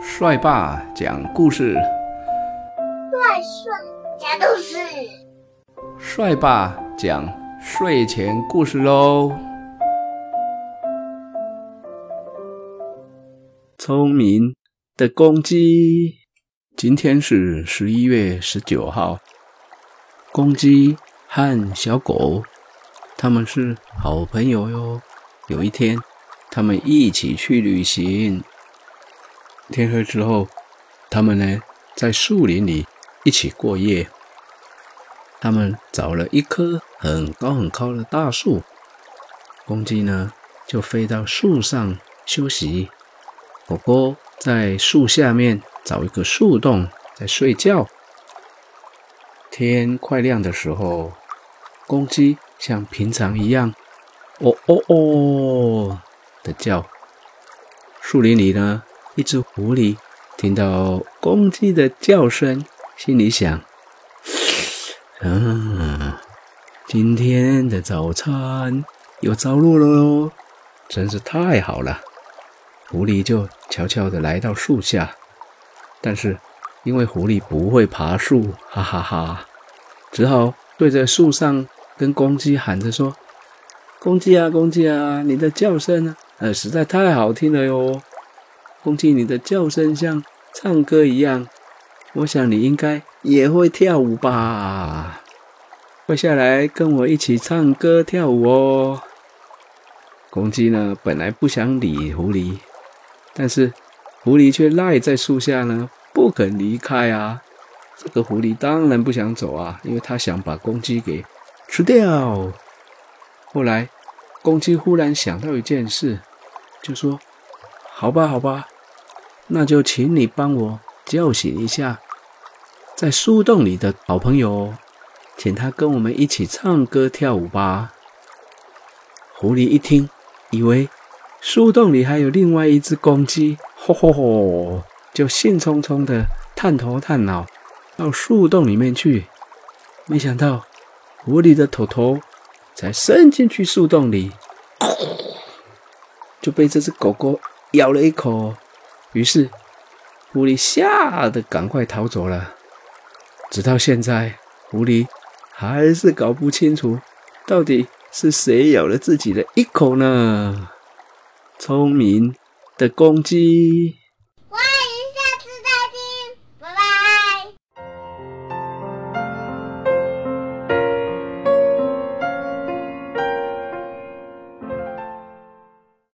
帅爸讲故事， 讲故事， 帅爸讲睡前故事咯。聪明的公鸡，今天是11月19号。公鸡和小狗，他们是好朋友哟。有一天，他们一起去旅行。天黑之后，他们呢在树林里一起过夜。他们找了一棵很高很高的大树，公鸡呢就飞到树上休息，狗狗在树下面找一个树洞在睡觉。天快亮的时候，公鸡像平常一样哦哦哦的叫。树林里呢，一只狐狸听到公鸡的叫声，心里想，今天的早餐有着落了哟，真是太好了。狐狸就悄悄地来到树下，但是因为狐狸不会爬树，哈哈哈，只好对着树上跟公鸡喊着说，公鸡啊公鸡啊，你的叫声实在太好听了哟。公鸡，你的叫声像唱歌一样，我想你应该也会跳舞吧？快下来跟我一起唱歌跳舞哦。公鸡呢，本来不想理狐狸，但是狐狸却赖在树下呢，不肯离开啊。这个狐狸当然不想走啊，因为他想把公鸡给吃掉。后来，公鸡忽然想到一件事，就说，好吧，那就请你帮我叫醒一下在树洞里的好朋友，请他跟我们一起唱歌跳舞吧。狐狸一听，以为树洞里还有另外一只公鸡，就兴冲冲的探头探脑到树洞里面去。没想到狐狸的头才伸进去树洞里，就被这只狗狗咬了一口。于是狐狸吓得赶快逃走了。直到现在，狐狸还是搞不清楚到底是谁咬了自己的一口呢？聪明的公鸡。